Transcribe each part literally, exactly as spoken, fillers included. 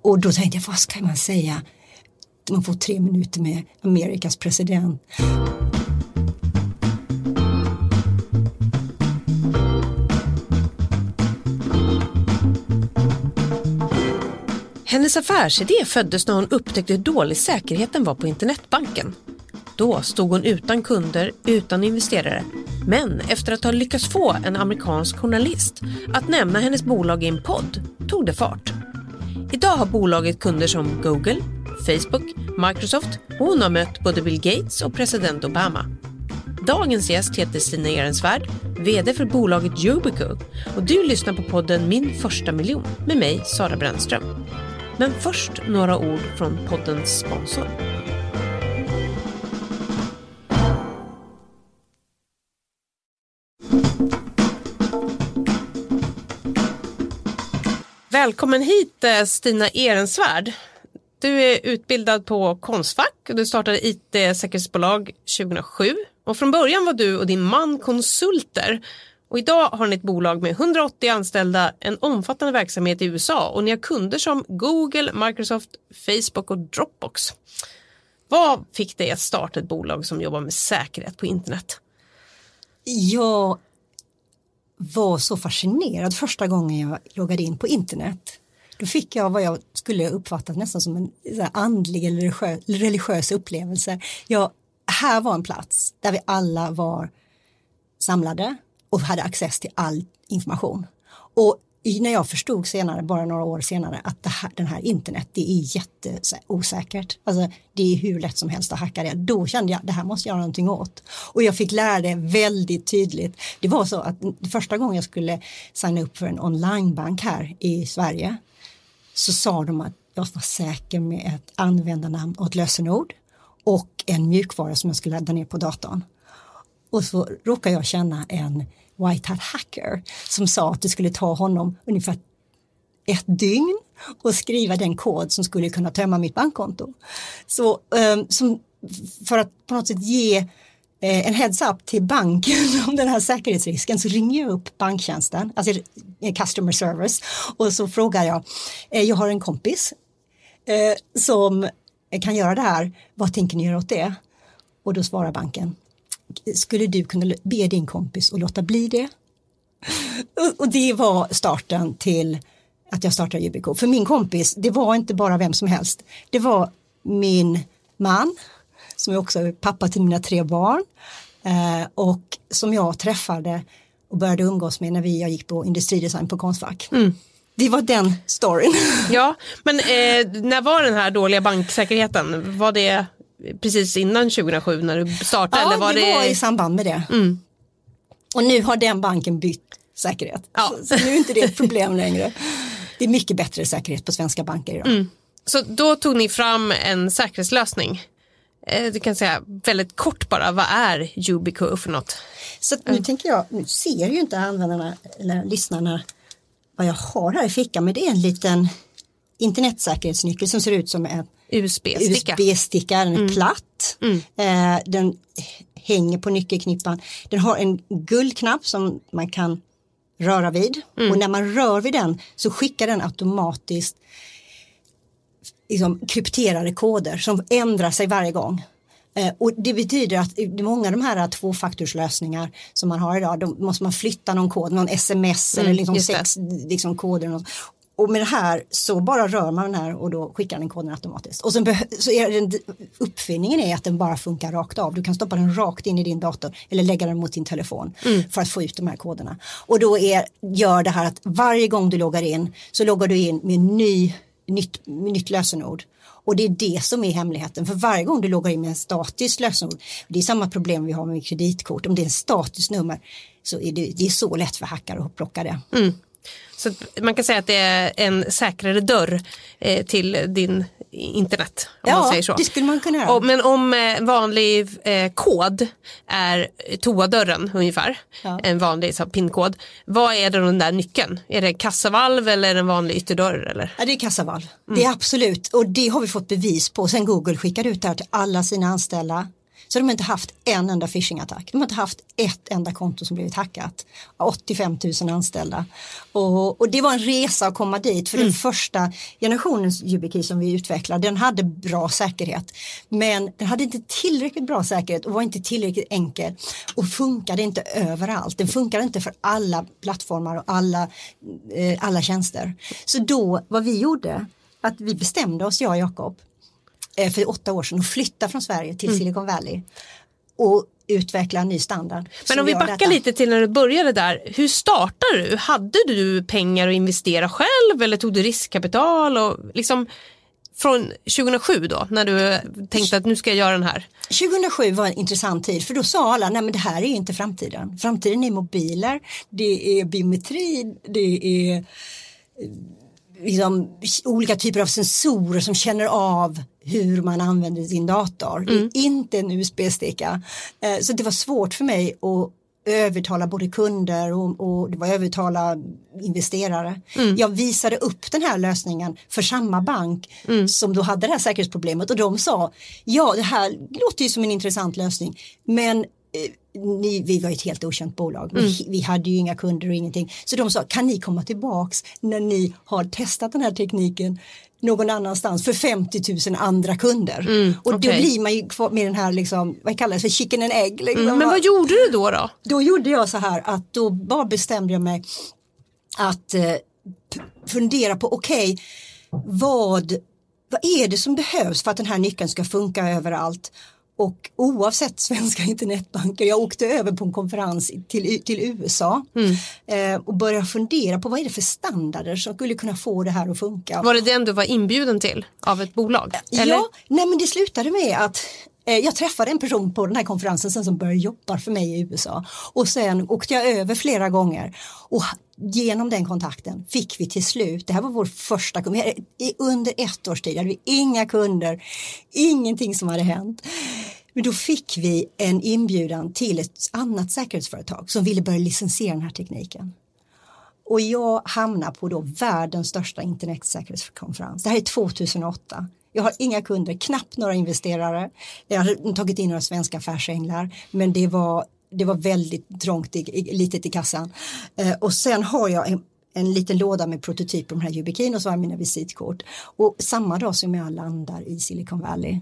Och då tänkte jag, vad ska man säga? Man får tre minuter med Amerikas president. Hennes affärsidé föddes när hon upptäckte hur dålig säkerheten var på internetbanken. Då stod hon utan kunder, utan investerare. Men efter att ha lyckats få en amerikansk journalist att nämna hennes bolag i en podd tog det fart. Idag har bolaget kunder som Google, Facebook, Microsoft och hon har mött både Bill Gates och president Obama. Dagens gäst heter Stina Ehrensvärd, vd för bolaget Yubico, och du lyssnar på podden Min första miljon med mig, Sara Brännström. Men först några ord från poddens sponsor. Välkommen hit, Stina Ehrensvärd. Du är utbildad på Konstfack och du startade I T-säkerhetsbolag tjugohundrasju. Och från början var du och din man konsulter. Och idag har ni ett bolag med hundraåttio anställda, en omfattande verksamhet i U S A. Och ni har kunder som Google, Microsoft, Facebook och Dropbox. Vad fick dig att starta ett bolag som jobbar med säkerhet på internet? Jag var så fascinerad första gången jag loggade in på internet. Då fick jag vad jag skulle uppfatta nästan som en så här andlig eller religiös, religiös upplevelse. Jag, här var en plats där vi alla var samlade och hade access till all information. Och när jag förstod senare, bara några år senare, att det här, den här internet, det är jätteosäkert. Alltså det är hur lätt som helst att hacka det. Då kände jag, det här måste jag göra någonting åt. Och jag fick lära det väldigt tydligt. Det var så att första gången jag skulle signa upp för en onlinebank här i Sverige, så sa de att jag var säker med ett användarnamn och ett lösenord och en mjukvara som jag skulle ladda ner på datorn. Och så råkade jag känna en white hat hacker som sa att det skulle ta honom ungefär ett dygn och skriva den kod som skulle kunna tömma mitt bankkonto. Så um, som, för att på något sätt ge eh, en heads up till banken om den här säkerhetsrisken, så ringer jag upp banktjänsten, alltså customer service, och så frågar jag, eh, jag har en kompis eh, som kan göra det här, vad tänker ni göra åt det? Och då svarar banken, skulle du kunna be din kompis att låta bli det? Och det var starten till att jag startade Yubico. För min kompis, det var inte bara vem som helst. Det var min man, som är också pappa till mina tre barn. Eh, och som jag träffade och började umgås med när vi, jag gick på industridesign på Konstfack. Mm. Det var den storyn. Ja, men eh, när var den här dåliga banksäkerheten? Var det precis innan tjugohundrasju när du startade? Ja, eller var det, det var i samband med det. Mm. Och nu har den banken bytt säkerhet. Ja. Så, så nu är inte det ett problem längre. Det är mycket bättre säkerhet på svenska banker idag. Mm. Så då tog ni fram en säkerhetslösning. Eh, du kan säga väldigt kort bara, vad är Yubico för något? Så nu mm. tänker jag, nu ser ju inte användarna eller lyssnarna vad jag har här i fickan, men det är en liten internetsäkerhetsnyckel som ser ut som en U S B-sticka. U S B-sticka, den är mm. platt. Mm. Eh, den hänger på nyckelknippan. Den har en guldknapp som man kan röra vid. Mm. Och när man rör vid den så skickar den automatiskt liksom, krypterade koder som ändrar sig varje gång. Eh, och det betyder att många av de här tvåfaktorslösningar som man har idag, då måste man flytta någon kod, någon sms mm, eller liksom sex liksom, koder. Och, och med det här så bara rör man den här och då skickar den koden automatiskt. Och sen så är den, uppfinningen är att den bara funkar rakt av. Du kan stoppa den rakt in i din dator eller lägga den mot din telefon mm. för att få ut de här koderna. Och då är, gör det här att varje gång du loggar in så loggar du in med ny, nytt, nytt lösenord. Och det är det som är hemligheten. För varje gång du loggar in med en statisk lösenord, det är samma problem vi har med kreditkort. Om det är en statisk nummer så är det, det är så lätt för hackare att plocka det. Mm. Så man kan säga att det är en säkrare dörr eh, till din internet. Om ja, man säger så. Det skulle man kunna göra. Och, men om eh, vanlig eh, kod är toadörren ungefär, ja. En vanlig så, pinkod, vad är det den där nyckeln? Är det kassavalv eller en vanlig ytterdörr? Eller? Ja, det är kassavalv. Mm. Det är absolut. Och det har vi fått bevis på. Sen Google skickar ut det här till alla sina anställda. Så de har inte haft en enda phishing-attack. De har inte haft ett enda konto som blivit hackat. åttiofem tusen anställda. Och, och det var en resa att komma dit. För mm. den första generationens YubiKey som vi utvecklade, den hade bra säkerhet. Men den hade inte tillräckligt bra säkerhet och var inte tillräckligt enkel. Och funkade inte överallt. Den funkade inte för alla plattformar och alla, eh, alla tjänster. Så då, vad vi gjorde, att vi bestämde oss, jag och Jakob, för åtta år sedan och flytta från Sverige till mm. Silicon Valley och utveckla en ny standard. Men om vi backar detta. lite till när du började där, hur startade du? Hade du pengar att investera själv eller tog du riskkapital? Och liksom från tjugohundrasju då, när du tänkte att nu ska jag göra den här? tjugohundrasju var en intressant tid, för då sa alla, nej men det här är ju inte framtiden. Framtiden är mobiler, det är biometri, det är liksom olika typer av sensorer som känner av hur man använder sin dator. Mm. Det är inte en U S B-sticka. Så det var svårt för mig att övertala både kunder och, och det var övertala investerare. Mm. Jag visade upp den här lösningen för samma bank mm. som då hade det här säkerhetsproblemet och de sa, ja det här låter ju som en intressant lösning, men Ni, vi var ett helt okänt bolag. Mm. Vi, vi hade ju inga kunder och ingenting. Så de sa, kan ni komma tillbaks när ni har testat den här tekniken någon annanstans för femtio tusen andra kunder? Mm, och okay. Då blir man ju kvar med den här, liksom, vad kallas för chicken and egg. Liksom. Mm, men vad gjorde du då då? Då gjorde jag så här att då bara bestämde jag mig att eh, fundera på, okej, okay, vad, vad är det som behövs för att den här nyckeln ska funka överallt? Och oavsett svenska internetbanker, jag åkte över på en konferens till, till U S A mm. eh, och började fundera på vad är det för standarder som skulle kunna få det här att funka. Var det den du var inbjuden till av ett bolag? Eller? Ja, nej men det slutade med att eh, jag träffade en person på den här konferensen sen som började jobba för mig i U S A. Och sen åkte jag över flera gånger och genom den kontakten fick vi till slut, det här var vår första kund, under ett års tid hade vi inga kunder, ingenting som hade hänt. Men då fick vi en inbjudan till ett annat säkerhetsföretag som ville börja licensiera den här tekniken. Och jag hamnar på då världens största internetsäkerhetskonferens. Det här är tvåtusenåtta. Jag har inga kunder, knappt några investerare. Jag har tagit in några svenska affärsänglar, men det var Det var väldigt trångt, i, i, litet i kassan. Eh, och sen har jag en, en liten låda med prototyper på de här YubiKey och så har jag mina visitkort. Och samma dag som jag landar i Silicon Valley,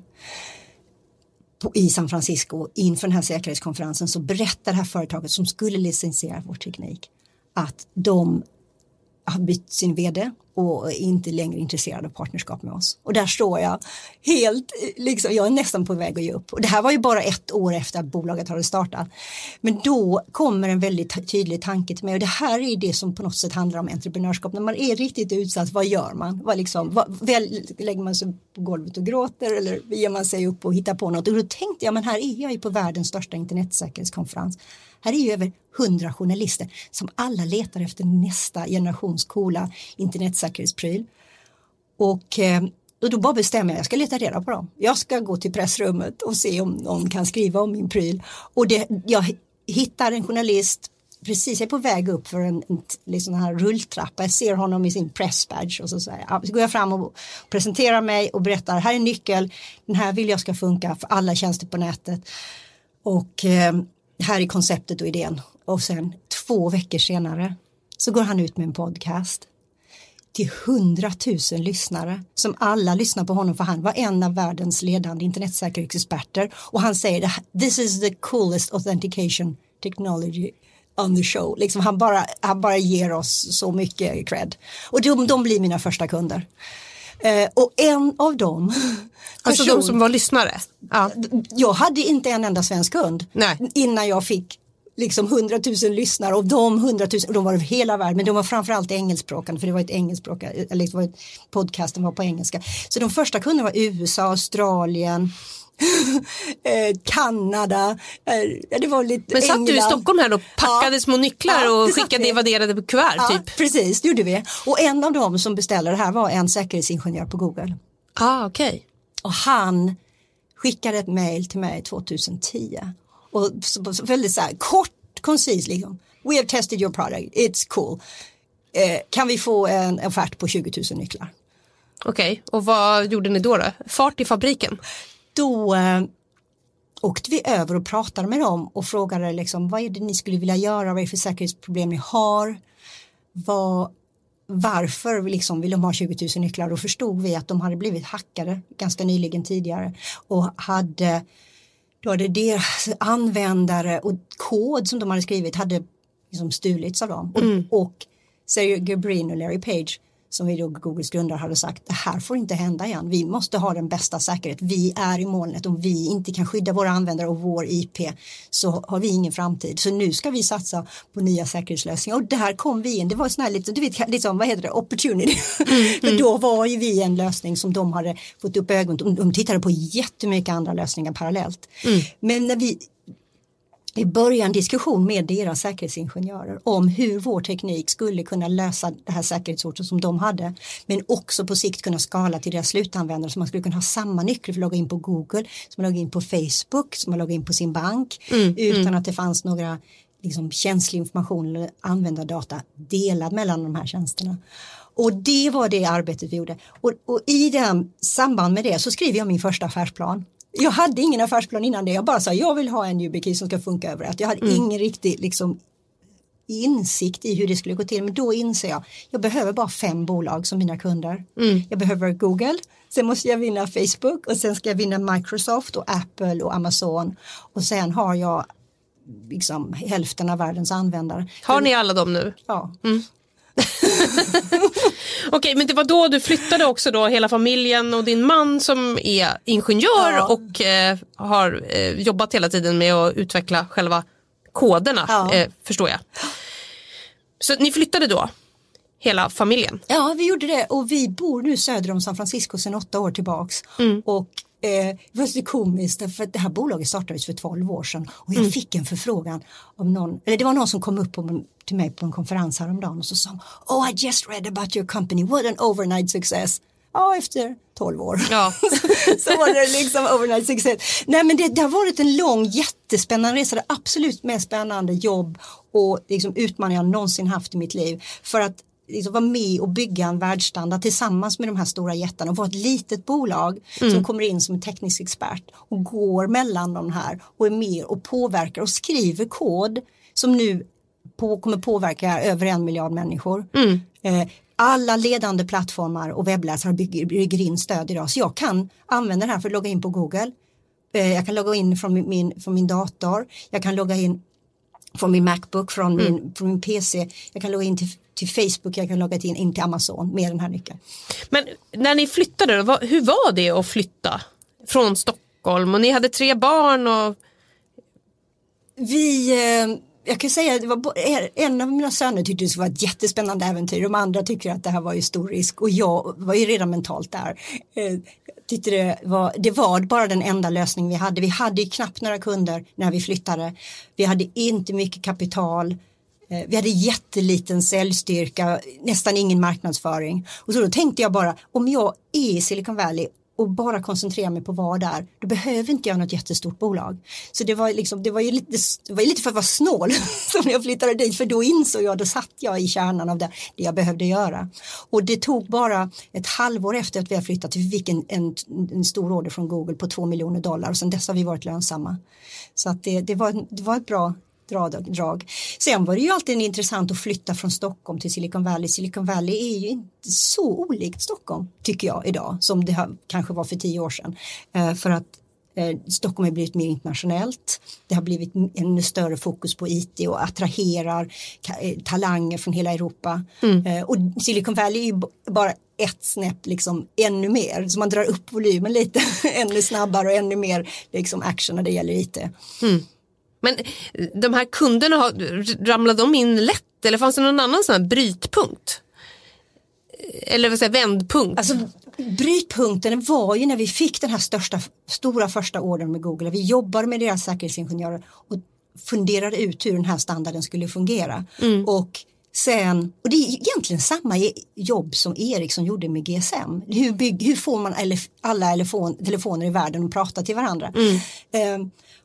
på, i San Francisco, inför den här säkerhetskonferensen, så berättar det här företaget som skulle licensiera vår teknik att de har bytt sin vd och är inte längre intresserad av partnerskap med oss. Och där står jag helt, liksom, jag är nästan på väg att ge upp. Och det här var ju bara ett år efter att bolaget hade startat. Men då kommer en väldigt tydlig tanke till mig. Och det här är det som på något sätt handlar om entreprenörskap. När man är riktigt utsatt, vad gör man? Vad liksom, vad, väl, lägger man sig på golvet och gråter eller ger man sig upp och hittar på något? Och då tänkte jag, men här är jag ju på världens största internetsäkerhetskonferens. Här är ju över hundra journalister som alla letar efter nästa generations coola internetsäkerhetspryl. Och, och då bara bestämmer jag, jag ska leta reda på dem. Jag ska gå till pressrummet och se om någon kan skriva om min pryl. Och det, jag hittar en journalist, precis jag är på väg upp för en, en liksom här rulltrappa. Jag ser honom i sin pressbadge och så, så, här, så går jag fram och presenterar mig och berättar, här är en nyckel, den här vill jag ska funka för alla tjänster på nätet. Och här är konceptet och idén. Och sen två veckor senare så går han ut med en podcast till hundratusen lyssnare som alla lyssnar på honom, för han var en av världens ledande internetsäkerhetsexperter och han säger this is the coolest authentication technology on the show. Liksom han, bara, han bara ger oss så mycket cred. Och de, de blir mina första kunder. Uh, och en av dem alltså person, de som var lyssnare ja. Jag hade inte en enda svensk kund. Nej. Innan jag fick liksom hundratusen lyssnare och de hundratusen, och de var över hela världen, men de var framförallt engelskspråkande för det var ett engelskspråk, eller det var ett podcasten var på engelska. Så de första kunderna var U S A, Australien, Kanada, det var lite. Men satt England. Du i Stockholm här och packade ja. små nycklar ja, och skickade evaderade kuvert ja, typ? Precis, det gjorde vi. Och en av dem som beställde det här var en säkerhetsingenjör på Google. Ah, okej. Okay. Och han skickade ett mejl till mig tjugohundratio och så, så väldigt så här kort, koncis liksom. We have tested your product, it's cool. Eh, kan vi få en offert på tjugo tusen nycklar? Okej, okay. Och vad gjorde ni då då? Fart i fabriken? Då eh, åkte vi över och pratade med dem och frågade liksom, vad är det ni skulle vilja göra, vad är det för säkerhetsproblem ni har, vad, varför liksom vill de ha tjugo tusen nycklar. Då förstod vi att de hade blivit hackade ganska nyligen tidigare och hade, då hade deras användare och kod som de hade skrivit hade liksom stulits av dem. Mm. Och, och Sergey Brin och Larry Page, som vi då Googles grundare hade sagt, det här får inte hända igen. Vi måste ha den bästa säkerhet. Vi är i molnet. Om vi inte kan skydda våra användare och vår I P så har vi ingen framtid. Så nu ska vi satsa på nya säkerhetslösningar. Och där kom vi in. Det var sån här lite, du vet, liksom, vad heter det? Opportunity. Mm. För då var ju vi en lösning som de hade fått upp ögonen. De, de tittade på jättemycket andra lösningar parallellt. Mm. Men när vi i början diskussion med deras säkerhetsingenjörer om hur vår teknik skulle kunna lösa det här säkerhetshotet som de hade, men också på sikt kunna skala till deras slutanvändare, så man skulle kunna ha samma nyckel för att logga in på Google, som man loggar in på Facebook, som man loggar in på sin bank, mm, utan mm. att det fanns några liksom, känslig information eller användardata delad mellan de här tjänsterna. Och det var det arbetet vi gjorde. Och, och i den samband med det så skriver jag min första affärsplan. Jag hade ingen affärsplan innan det. Jag bara sa, jag vill ha en YubiKey som ska funka överallt. Jag hade mm. ingen riktig liksom, insikt i hur det skulle gå till. Men då inser jag, jag behöver bara fem bolag som mina kunder. Mm. Jag behöver Google, sen måste jag vinna Facebook och sen ska jag vinna Microsoft och Apple och Amazon. Och sen har jag liksom, hälften av världens användare. Har ni alla dem nu? Ja. Mm. Okej, okay, men det var då du flyttade också då hela familjen och din man som är ingenjör ja. och eh, har eh, jobbat hela tiden med att utveckla själva koderna, ja. eh, förstår jag. Så ni flyttade då, hela familjen? Ja, vi gjorde det och vi bor nu söder om San Francisco sedan åtta år tillbaks. Mm. Och eh, det var så komiskt för att det här bolaget startades för tolv år sedan och jag mm. fick en förfrågan om någon, eller det var någon som kom upp på, till mig på en konferens häromdagen och så sa, oh I just read about your company, what an overnight success. Ja, efter tolv år. Ja. Så var det liksom overnight success. Nej, men det, det har varit en lång, jättespännande resa. Det absolut mest spännande jobb och liksom utmaning jag någonsin haft i mitt liv. För att liksom vara med och bygga en världsstandard tillsammans med de här stora jättarna och vara ett litet bolag mm. som kommer in som en teknisk expert och går mellan de här och är med och påverkar och skriver kod som nu på, kommer påverka över en miljard människor. Mm. Eh, alla ledande plattformar och webbläsare bygger, bygger in stöd idag. Så jag kan använda det här för att logga in på Google. Eh, jag kan logga in från min, från min dator. Jag kan logga in från min Macbook, från, mm. min, från min P C. Jag kan logga in till, till Facebook. Jag kan logga in, in till Amazon med den här nyckeln. Men när ni flyttade, då, hur var det att flytta från Stockholm? Och ni hade tre barn och... Vi... Eh, Jag kan säga att det var en av mina söner tyckte det var ett jättespännande äventyr. De andra tycker att det här var ju stor risk. Och jag var ju redan mentalt där. Jag tyckte det var, det var bara den enda lösning vi hade. Vi hade ju knappt några kunder när vi flyttade. Vi hade inte mycket kapital. Vi hade jätteliten säljstyrka. Nästan ingen marknadsföring. Och så då tänkte jag bara, om jag är i Silicon Valley och bara koncentrera mig på vad det är, då behöver inte jag något jättestort bolag. Så det var, liksom, det var ju lite, det var ju lite för att vara snål som jag flyttade dit, för då insåg jag, då satt jag i kärnan av det, det jag behövde göra. Och det tog bara ett halvår efter att vi har flyttat, vi fick en, en, en stor order från Google på två miljoner dollar och sen dess har vi varit lönsamma. Så att det, det, var, det var ett bra drag. Sen var det ju alltid intressant att flytta från Stockholm till Silicon Valley. Silicon Valley är ju inte så olikt Stockholm, tycker jag idag, som det kanske var för tio år sedan. Eh, för att eh, Stockholm har blivit mer internationellt. Det har blivit en större fokus på I T och attraherar eh, talanger från hela Europa. Mm. Eh, och Silicon Valley är ju b- bara ett snäpp liksom ännu mer. Så man drar upp volymen lite ännu snabbare och ännu mer liksom action när det gäller I T. Mm. Men de här kunderna, ramlade de in lätt? Eller fanns det någon annan sån här brytpunkt? Eller vad säger vändpunkt? Alltså brytpunkten var ju när vi fick den här största, stora första ordern med Google. Vi jobbade med deras säkerhetsingenjörer och funderade ut hur den här standarden skulle fungera. Mm. Och sen, och det är egentligen samma jobb som Ericsson gjorde med G S M. Hur, bygg, hur får man alla telefon, telefoner i världen att prata till varandra? Mm. Um,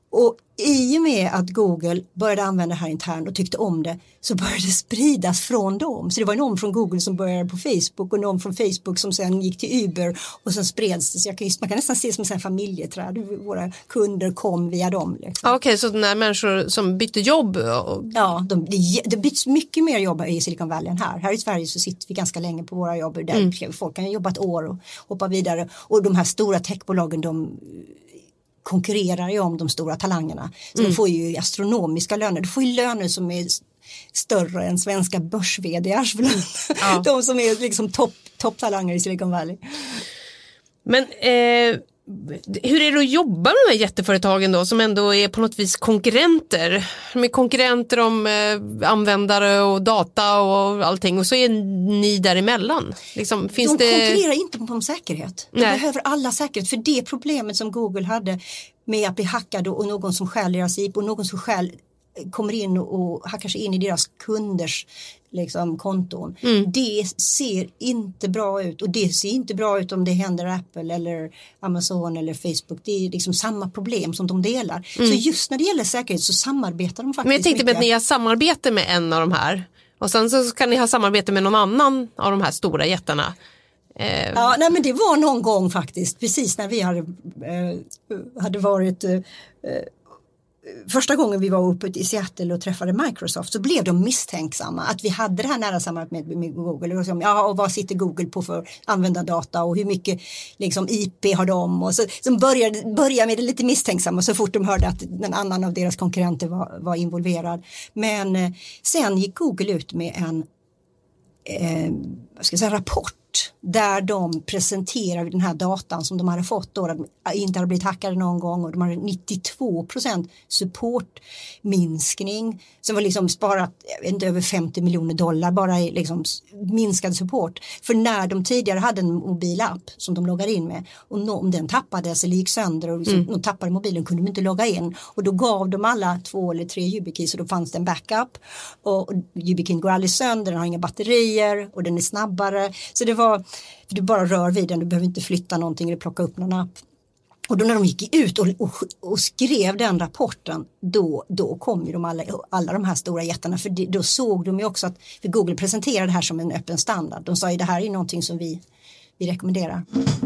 Och i och med att Google började använda det här internt och tyckte om det, så började det spridas från dem. Så det var någon från Google som började på Facebook och någon från Facebook som sen gick till Uber och sen spreds det. Så jag kan, man kan nästan se som en familjeträd. Våra kunder kom via dem. Liksom. Okej, okay, så när människor som bytte jobb? Och... Ja, de, det, det byts mycket mer jobb i Silicon Valley än här. Här i Sverige så sitter vi ganska länge på våra jobb. Där mm. folk kan jobba ett år och hoppa vidare. Och de här stora techbolagen, de konkurrerar ju om de stora talangerna. Så mm. de får ju astronomiska löner. De får ju löner som är större än svenska börs-vd:ars ja. De som är liksom topp topptalanger i Silicon Valley. Men eh, hur är det att jobba med de här jätteföretagen då, som ändå är på något vis konkurrenter? De är konkurrenter om eh, användare och data och allting, och så är ni däremellan. Liksom, finns de det... konkurrerar inte om säkerhet. De Nej. behöver alla säkerhet, för det problemet som Google hade med att bli hackad och någon som stjäl deras I P och någon som stjäl kommer in och hackar sig in i deras kunders liksom, konton. Mm. Det ser inte bra ut, och det ser inte bra ut om det händer Apple eller Amazon eller Facebook. Det är liksom samma problem som de delar. Mm. Så just när det gäller säkerhet så samarbetar de faktiskt. Men jag tänkte mycket. att ni har samarbete med en av de här, och sen så kan ni ha samarbete med någon annan av de här stora jättarna. Eh. Ja, nej, men det var någon gång faktiskt, precis när vi hade, eh, hade varit eh, första gången vi var uppe i Seattle och träffade Microsoft, så blev de misstänksamma att vi hade det här nära samarbetet med Google. Och så, ja, och vad sitter Google på för användardata och hur mycket liksom, I P har de? Och så, så började, började med det lite misstänksamma så fort de hörde att en annan av deras konkurrenter var, var involverad. Men eh, sen gick Google ut med en eh, vad ska jag säga, rapport där de presenterar den här datan som de hade fått då, att de inte hade blivit hackade någon gång, och de hade nittiotvå procent supportminskning som var liksom sparat, jag vet inte, över femtio miljoner dollar bara i liksom minskad support. För när de tidigare hade en mobilapp som de loggar in med, och om den tappades eller gick sönder och liksom, mm. de tappade mobilen, kunde de inte logga in, och då gav de alla två eller tre YubiKeys, och då fanns det en backup, och YubiKeyn går aldrig sönder, den har inga batterier och den är snabbare, så det var, du bara rör vid den, du behöver inte flytta någonting eller plocka upp någon app. Och då när de gick ut och, och, och skrev den rapporten, då, då kom ju de alla, alla de här stora jättarna, för det, då såg de ju också att, för Google presenterade det här som en öppen standard. De sa ju det här är någonting som vi, vi rekommenderar.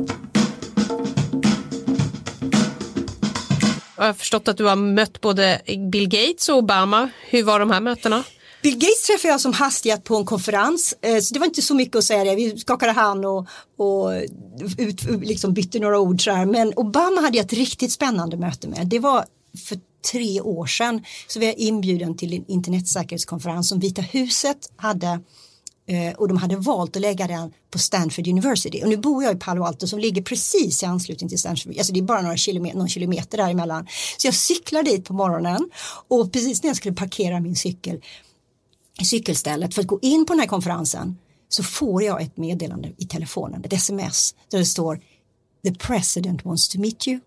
Jag har förstått att du har mött både Bill Gates och Obama. Hur var de här mötena? Bill Gates träffade jag som hastigast på en konferens, så det var inte så mycket att säga det. Vi skakade hand och, och ut, liksom bytte några ord så här. Men Obama hade jag ett riktigt spännande möte med. Det var för tre år sedan, så vi var inbjuden till en internetsäkerhetskonferens som Vita huset hade, och de hade valt att lägga den på Stanford University. Och nu bor jag i Palo Alto som ligger precis i anslutning till Stanford. Alltså det är bara några kilometer, någon kilometer däremellan. Så jag cyklar dit på morgonen, och precis när jag skulle parkera min cykel i cykelstället för att gå in på den här konferensen, så får jag ett meddelande i telefonen, ett sms där det står "The president wants to meet you".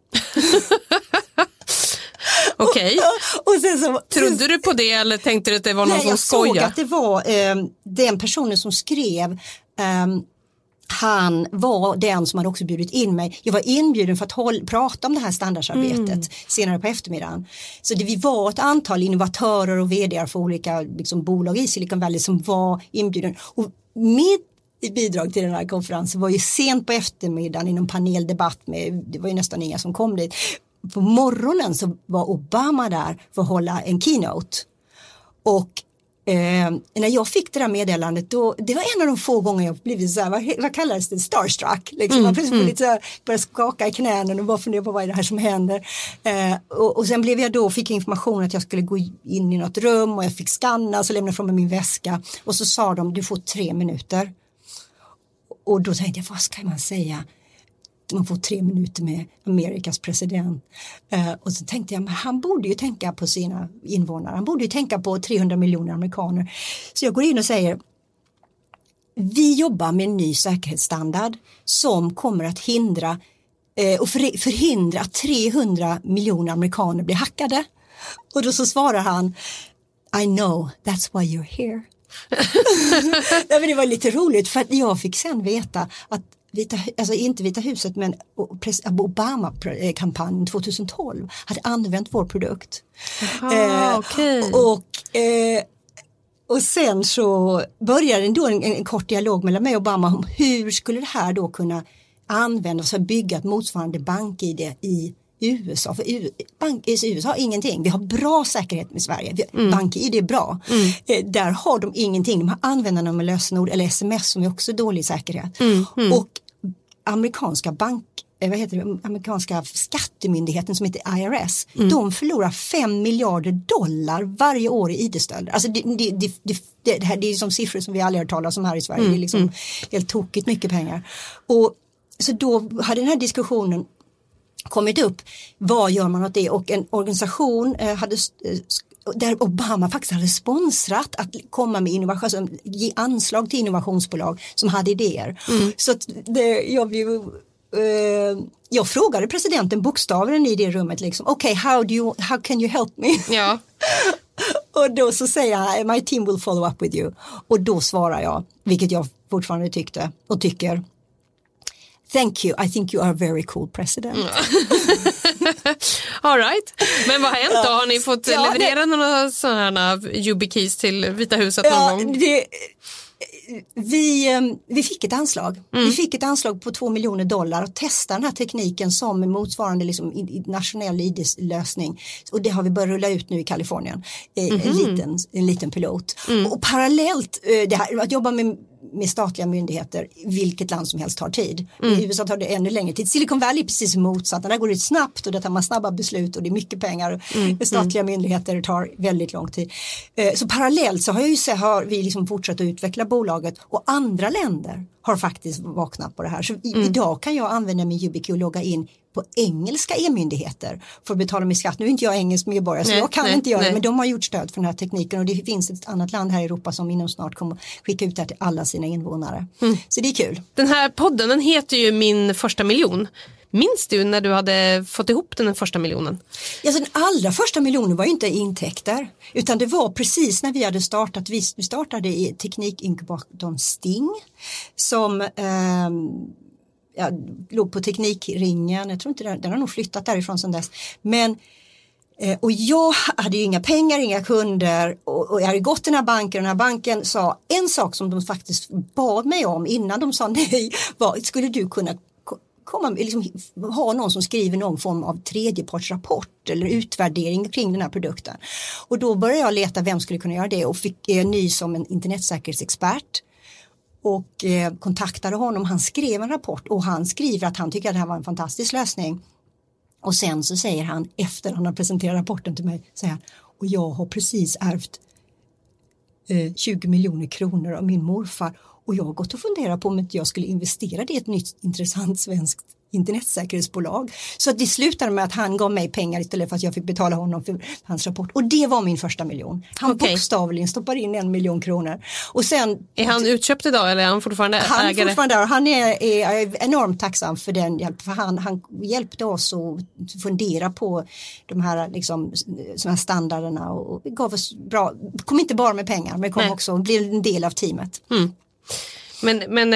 Okej. Okay. Trodde du på det, eller tänkte du att det var någon nej, som skojade? Jag såg att det var eh, den personen som skrev, eh, han var den som hade också bjudit in mig. Jag var inbjuden för att håll, prata om det här standardsarbetet mm. senare på eftermiddagen. Så det, vi var ett antal innovatörer och vd:ar för olika liksom, bolag i Silicon Valley som var inbjuden. Och mitt bidrag till den här konferensen var ju sent på eftermiddagen i någon paneldebatt med, det var ju nästan inga som kom dit. På morgonen så var Obama där för att hålla en keynote. Och Eh, när jag fick det där meddelandet, då, det var en av de få gånger jag blivit så här, vad, vad kallades det, starstruck liksom. Mm, man plötsligt mm. lite så här, började skaka i knäna och bara fundera på vad är det här som händer, eh, och, och sen blev jag då, fick jag information att jag skulle gå in i något rum, och jag fick skanna, så lämnade jag från mig min väska, och så sa de, du får tre minuter, och då tänkte jag, vad ska man säga? Man får tre minuter med Amerikas president. Uh, och så tänkte jag, men han borde ju tänka på sina invånare. Han borde ju tänka på trehundra miljoner amerikaner. Så jag går in och säger, vi jobbar med en ny säkerhetsstandard som kommer att hindra uh, och för, förhindra att trehundra miljoner amerikaner blir hackade. Och då så svarar han, I know, that's why you're here. Det var lite roligt, för att jag fick sen veta att Vita, alltså inte Vita huset men Obama-kampanjen tjugohundratolv hade använt vår produkt. Aha, eh, okay. Och eh, Och sen så började då en, en kort dialog mellan mig och Obama om hur skulle det här då kunna användas för att bygga ett motsvarande bank-I D i U S A. För U, bank, i U S A har ingenting. Vi har bra säkerhet med Sverige. Vi, mm. bank-I D är bra. Mm. Eh, där har de ingenting. De har användarna med lösenord eller sms som är också dålig säkerhet. Mm. Mm. Och amerikanska bank vad heter det, amerikanska skattemyndigheten som heter I R S, mm. de förlorar fem miljarder dollar varje år i I D-stölder. Alltså det, det, det, det, det här det är som siffror som vi aldrig har talat om här i Sverige. Mm. Det är liksom mm. helt tokigt mycket pengar. Och så då hade den här diskussionen kommit upp. Vad gör man åt det? Och en organisation eh, hade där Obama faktiskt hade sponsrat att komma med innovation, alltså, ge anslag till innovationsbolag som hade idéer. Mm. Så att det, jag blev Uh, jag frågade presidenten bokstavligen i det rummet liksom, okej, okay, how do you, how can you help me? Ja. Och då så säger han, my team will follow up with you. Och då svarar jag, vilket jag fortfarande tyckte och tycker, thank you, I think you are a very cool president. Mm. All right. Men vad har hänt då? Har ni fått ja, leverera det, några sådana YubiKeys till Vita huset ja, någon gång? Det, Vi, vi fick ett anslag. Mm. Vi fick ett anslag på två miljoner dollar att testa den här tekniken som en motsvarande liksom nationell I D-lösning. Och det har vi börjat rulla ut nu i Kalifornien. Mm-hmm. En, liten, en liten pilot. Mm. Och parallellt, det här, att jobba med med statliga myndigheter, vilket land som helst tar tid. Mm. I U S A tar det ännu längre tid. Silicon Valley är precis motsatt. Där går det snabbt och där tar man snabba beslut och det är mycket pengar. Mm. Statliga mm. myndigheter tar väldigt lång tid. Så parallellt så har, jag ju sett, har vi liksom fortsatt att utveckla bolaget och andra länder har faktiskt vaknat på det här. Så mm. idag kan jag använda min YubiKey och logga in på engelska e-myndigheter för att betala min skatt. Nu är inte jag engelsk medborgare så nej, jag kan nej, inte göra nej. det, men de har gjort stöd för den här tekniken och det finns ett annat land här i Europa som inom snart kommer skicka ut det här till alla sina invånare. Mm. Så det är kul. Den här podden, den heter ju Min första miljon. Minns du när du hade fått ihop den första miljonen? Ja, så den allra första miljonen var ju inte intäkter utan det var precis när vi hade startat, vi startade i teknikinkubatorn Sting som eh, ja, låg på Teknikringen. Jag tror inte den, den har nog flyttat därifrån sedan dess. Men, eh, och jag hade ju inga pengar, inga kunder och, och jag hade gått till den här banken och den här banken sa en sak som de faktiskt bad mig om innan de sa nej var, skulle du kunna komma, liksom, ha någon som skriver någon form av tredjepartsrapport eller utvärdering kring den här produkten. Och då började jag leta vem skulle kunna göra det och fick eh, ny som en internetsäkerhetsexpert. Och eh, kontaktade honom, han skrev en rapport och han skriver att han tycker att det här var en fantastisk lösning. Och sen så säger han, efter han har presenterat rapporten till mig, säger han, och jag har precis ärvt eh, tjugo miljoner kronor av min morfar. Och jag har gått och funderat på om inte jag skulle investera det i ett nytt intressant svenskt internetsäkerhetsbolag. Så att det slutade med att han gav mig pengar istället för att jag fick betala honom för hans rapport. Och det var min första miljon. Han okay. bokstavligen stoppar in en miljon kronor. Och sen, är han utköpt idag eller är han fortfarande han ägare? Fortfarande där. Han är, är enormt tacksam för den hjälp. För han, han hjälpte oss att fundera på de här, liksom, såna här standarderna och gav oss bra, kom inte bara med pengar men kom Nej. också blev en del av teamet. Mm. Men, men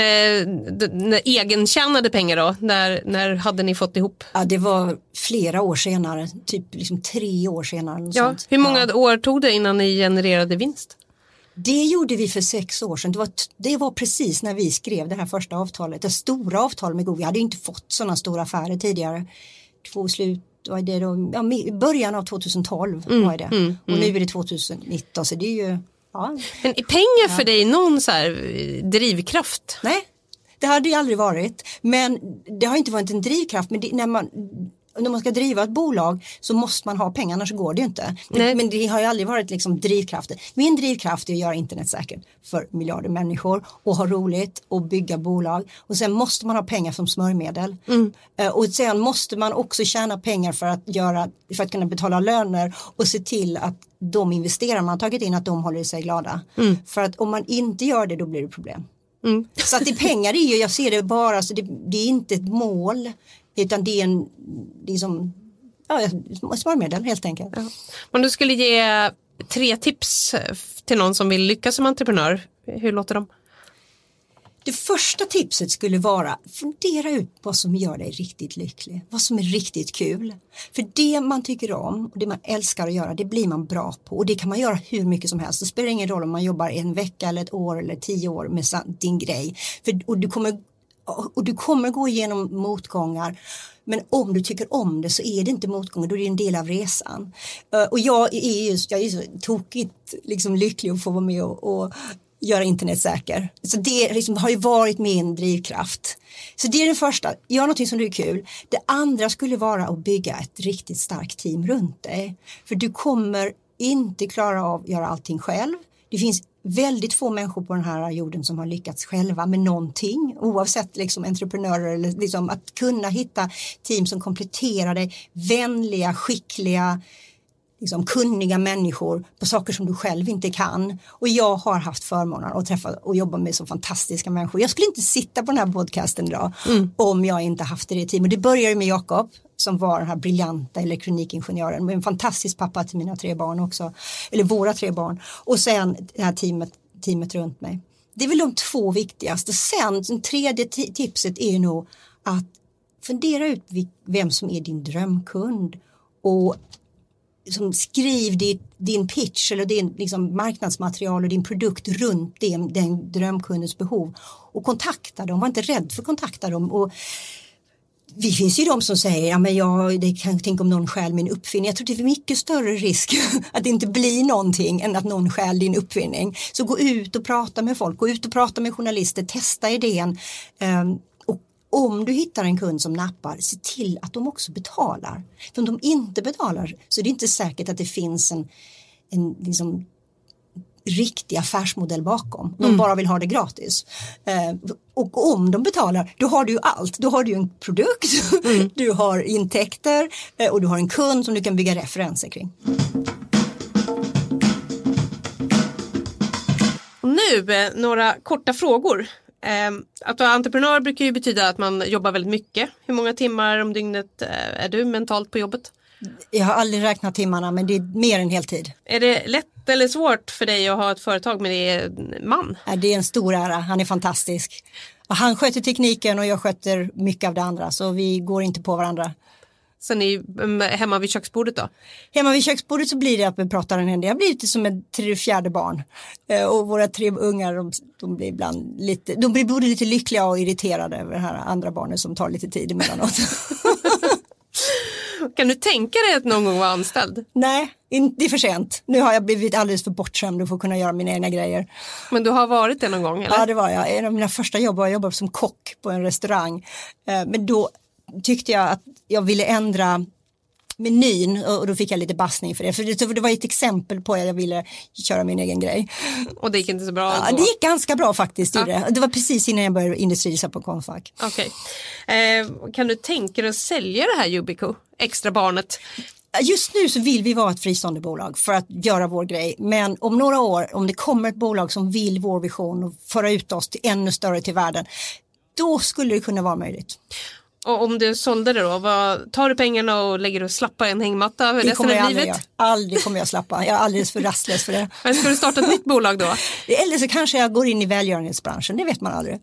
äh, egentjänade pengar då? När, när hade ni fått ihop? Ja, det var flera år senare. Typ liksom tre år senare. Ja, sånt. Hur många ja. år tog det innan ni genererade vinst? Det gjorde vi för sex år sedan. Det var, det var precis när vi skrev det här första avtalet. Det stora avtalet med Google. Vi hade ju inte fått sådana stora affärer tidigare. Två slut. Var det då, ja, början av tjugotolv mm, var det. Mm, och nu är det tjugonitton så det är ju... Ja. Men är pengar för ja. dig någon så här drivkraft? Nej, det hade det aldrig varit. Men det har inte varit en drivkraft. Men det, när, man, när man ska driva ett bolag så måste man ha pengar, annars går det ju inte. Men, men det har ju aldrig varit liksom drivkraften. Min drivkraft är att göra internet säkert för miljarder människor och ha roligt och bygga bolag. Och sen måste man ha pengar som smörjmedel. Mm. Och sen måste man också tjäna pengar för att, göra, för att kunna betala löner och se till att de investerar man har tagit in att de håller sig glada. Mm. För att om man inte gör det då blir det problem. Mm. Så att det pengar är ju, jag ser det bara, så det, det är inte ett mål utan det är en, det är som, ja, sparmedel helt enkelt. Ja. Om du skulle ge tre tips till någon som vill lyckas som entreprenör, hur låter de? Det första tipset skulle vara fundera ut vad som gör dig riktigt lycklig. Vad som är riktigt kul. För det man tycker om och det man älskar att göra, det blir man bra på. Och det kan man göra hur mycket som helst. Det spelar ingen roll om man jobbar en vecka eller ett år eller tio år med din grej. För, och, du kommer, och du kommer gå igenom motgångar. Men om du tycker om det så är det inte motgångar, då är det en del av resan. Och jag är ju jag är så tokigt liksom lycklig att få vara med och, och göra internet säker. Så det liksom har ju varit min drivkraft. Så det är det första. Gör någonting som du är kul. Det andra skulle vara att bygga ett riktigt starkt team runt dig. För du kommer inte klara av att göra allting själv. Det finns väldigt få människor på den här jorden som har lyckats själva med någonting. Oavsett liksom entreprenörer eller liksom att kunna hitta team som kompletterar dig. Vänliga, skickliga, liksom kunniga människor på saker som du själv inte kan. Och jag har haft förmånen att träffa och jobba med så fantastiska människor. Jag skulle inte sitta på den här podcasten idag mm. om jag inte haft det i team. Och det började med Jakob som var den här briljanta elektronikingenjören med en fantastisk pappa till mina tre barn också. Eller våra tre barn. Och sen det här teamet, teamet runt mig. Det är väl de två viktigaste. Sen, det tredje t- tipset är nog att fundera ut vem som är din drömkund. Och som skriv din, din pitch eller din liksom, marknadsmaterial och din produkt runt den, den drömkundens behov. Och kontakta dem, var inte rädd för att kontakta dem. Och vi finns ju de som säger, ja men jag det kan tänka om någon stjäl min uppfinning. Jag tror det är mycket större risk att det inte blir någonting än att någon stjäl din uppfinning. Så gå ut och prata med folk, gå ut och prata med journalister, testa idén. Um, och om du hittar en kund som nappar, se till att de också betalar. För om de inte betalar så är det inte säkert att det finns en, en liksom, riktig affärsmodell bakom. De mm. bara vill ha det gratis. Eh, och om de betalar, då har du ju allt. Då har du ju en produkt, mm. du har intäkter eh, och du har en kund som du kan bygga referenser kring. Och nu eh, några korta frågor. Eh, att vara entreprenör brukar ju betyda att man jobbar väldigt mycket. Hur många timmar om dygnet eh, är du mentalt på jobbet? Jag har aldrig räknat timmarna, men det är mer än heltid. Är det lätt eller svårt för dig att ha ett företag med det man? Ja, det är en stor ära, han är fantastisk. Och han sköter tekniken och jag sköter mycket av det andra, så vi går inte på varandra. Så ni hemma vid köksbordet då? Hemma vid köksbordet så blir det att vi pratar en hel del. Jag blir lite som ett tre fjärde barn. Och våra tre ungar, de, de blir ibland lite, de blir både lite lyckliga och irriterade över det här andra barnet som tar lite tid emellanåt. Kan du tänka dig att någon gång vara anställd? Nej, det är för sent. Nu har jag blivit alldeles för bortskämd och får kunna göra mina egna grejer. Men du har varit det någon gång, eller? Ja, det var jag. En av mina första jobb var att jobba som kock på en restaurang. Men då tyckte jag att jag ville ändra menyn och då fick jag lite bassning för det. För det var ett exempel på att jag ville köra min egen grej. Och det gick inte så bra? Ja, det gick ganska bra faktiskt. Ja. Det. det var precis innan jag började industrisa på Konfack. Okej. Okay. Eh, kan du tänka dig att sälja det här Yubico, extra barnet? Just nu så vill vi vara ett fristående bolag för att göra vår grej. Men om några år, om det kommer ett bolag som vill vår vision och föra ut oss till ännu större till världen, då skulle det kunna vara möjligt. Och om du sålde det då, vad, tar du pengarna och lägger du slappa en hängmatta över det resten av jag livet? Aldrig, aldrig kommer jag slappa, jag är alldeles för rastlös för det. Men ska du starta ett nytt bolag då? Eller så kanske jag går in i välgörenhetsbranschen, det vet man aldrig.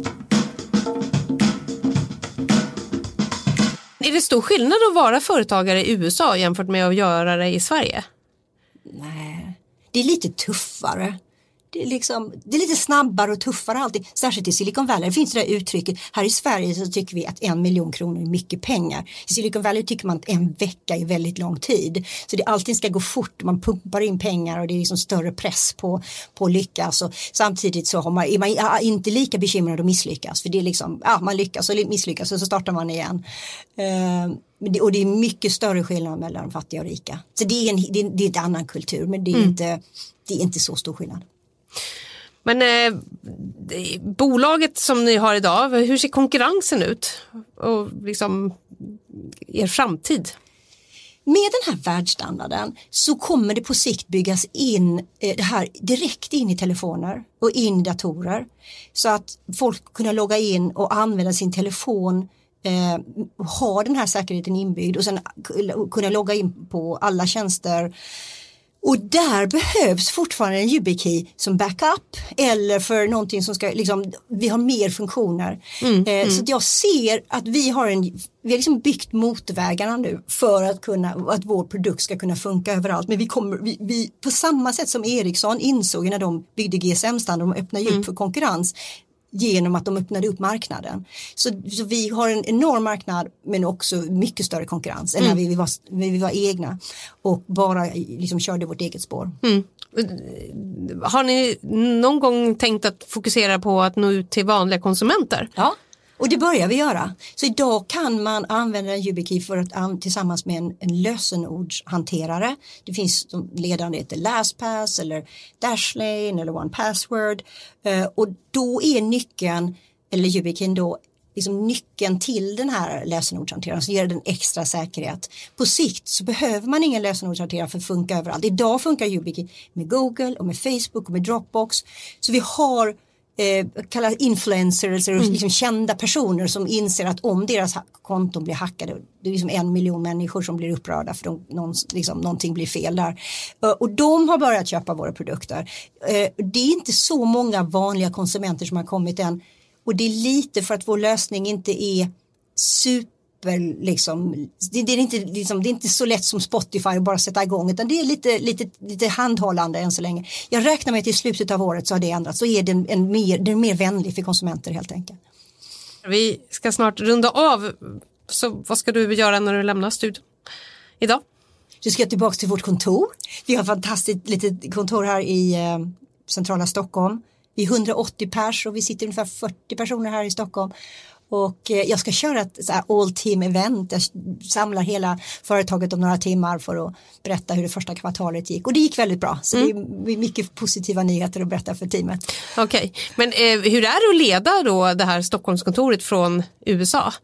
Är det stor skillnad att vara företagare i U S A jämfört med att göra det i Sverige? Nej, det är lite tuffare. Det är, liksom, det är lite snabbare och tuffare alltid. Särskilt i Silicon Valley. Det finns det där uttrycket. Här i Sverige så tycker vi att en miljon kronor är mycket pengar. I Silicon Valley tycker man att en vecka är väldigt lång tid. Så det alltid ska gå fort. Man pumpar in pengar och det är liksom större press på, på att lyckas. Och samtidigt så har man, är man inte lika bekymrad att misslyckas. För det är liksom, ja, man lyckas och misslyckas och så startar man igen. Uh, och det är mycket större skillnad mellan fattiga och rika. Så det är en, det är, det är en annan kultur, men det är, mm. inte, det är inte så stor skillnad. Men eh, bolaget som ni har idag, hur ser konkurrensen ut? Och liksom er framtid? Med den här världsstandarden så kommer det på sikt byggas in eh, det här direkt in i telefoner och in i datorer. Så att folk kunna logga in och använda sin telefon eh, ha den här säkerheten inbyggd och sen kunna logga in på alla tjänster Och där behövs fortfarande en YubiKey som backup eller för någonting som ska, liksom, vi har mer funktioner. Mm, eh, mm. Så att jag ser att vi har en, vi har liksom byggt motorvägarna nu för att kunna, att vår produkt ska kunna funka överallt. Men vi kommer, vi, vi på samma sätt som Ericsson insåg när de byggde G S M-standard, de öppnade mm. upp för konkurrens genom att de öppnade upp marknaden. Så, så vi har en enorm marknad men också mycket större konkurrens än mm. när vi, vi, var, vi var egna och bara liksom körde vårt eget spår. Mm. Har ni någon gång tänkt att fokusera på att nå ut till vanliga konsumenter? Ja. Och det börjar vi göra. Så idag kan man använda en YubiKey för att, tillsammans med en, en lösenordshanterare. Det finns de ledande heter LastPass eller Dashlane eller OnePassword. Uh, och då är nyckeln, eller YubiKey då, liksom nyckeln till den här lösenordshanteraren, så ger den extra säkerhet. På sikt så behöver man ingen lösenordshanterare för att funka överallt. Idag funkar YubiKey med Google och med Facebook och med Dropbox. Så vi har Eh, kallas influencers eller mm. liksom kända personer som inser att om deras ha- konton blir hackade, det är liksom en miljon människor som blir upprörda för de, någon, liksom, någonting blir fel där. Uh, och de har börjat köpa våra produkter. Uh, det är inte så många vanliga konsumenter som har kommit än, och det är lite för att vår lösning inte är super Liksom, det, det, är inte, liksom, det är inte så lätt som Spotify att bara sätta igång, utan det är lite, lite, lite handhållande än så länge. Jag räknar med att i slutet av året så har det ändrats, så är den, en mer, den är mer vänlig för konsumenter helt enkelt. Vi ska snart runda av, så vad ska du göra när du lämnar studion idag? Du ska tillbaka till vårt kontor. Vi har ett fantastiskt litet kontor här i eh, centrala Stockholm. Vi är hundraåttio pers och vi sitter ungefär fyrtio personer här i Stockholm. Och jag ska köra ett så här all team event. Jag samlar hela företaget om några timmar för att berätta hur det första kvartalet gick. Och det gick väldigt bra. Så mm. det är mycket positiva nyheter att berätta för teamet. Okej, okay. Men eh, hur är det att leda då det här Stockholmskontoret från U S A?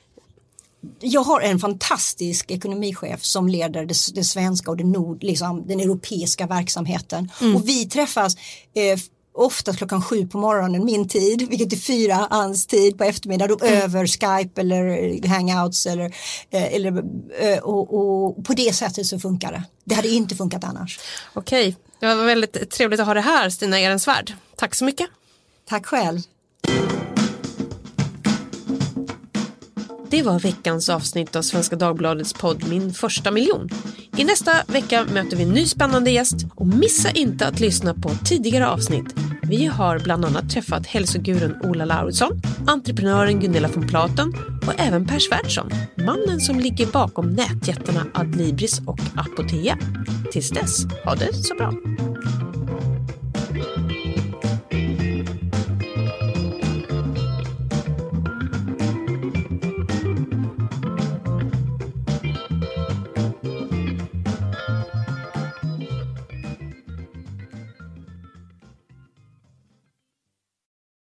Jag har en fantastisk ekonomichef som leder det, det svenska och det nord, liksom, den europeiska verksamheten. Mm. Och vi träffas eh, ofta klockan sju på morgonen, min tid, vilket är fyra hans tid på eftermiddag, då mm. över Skype eller Hangouts eller, eller och, och på det sättet så funkar det. Det hade inte funkat annars. Okej, det var väldigt trevligt att ha det här, Stina Ehrensvärd. Tack så mycket. Tack själv. Det var veckans avsnitt av Svenska Dagbladets podd Min första miljon. I nästa vecka möter vi en ny spännande gäst och missa inte att lyssna på tidigare avsnitt. Vi har bland annat träffat hälsoguren Ola Lauritson, entreprenören Gunilla von Platen och även Per Svärdson, mannen som ligger bakom nätjättarna Adlibris och Apotea. Tills dess, ha det så bra!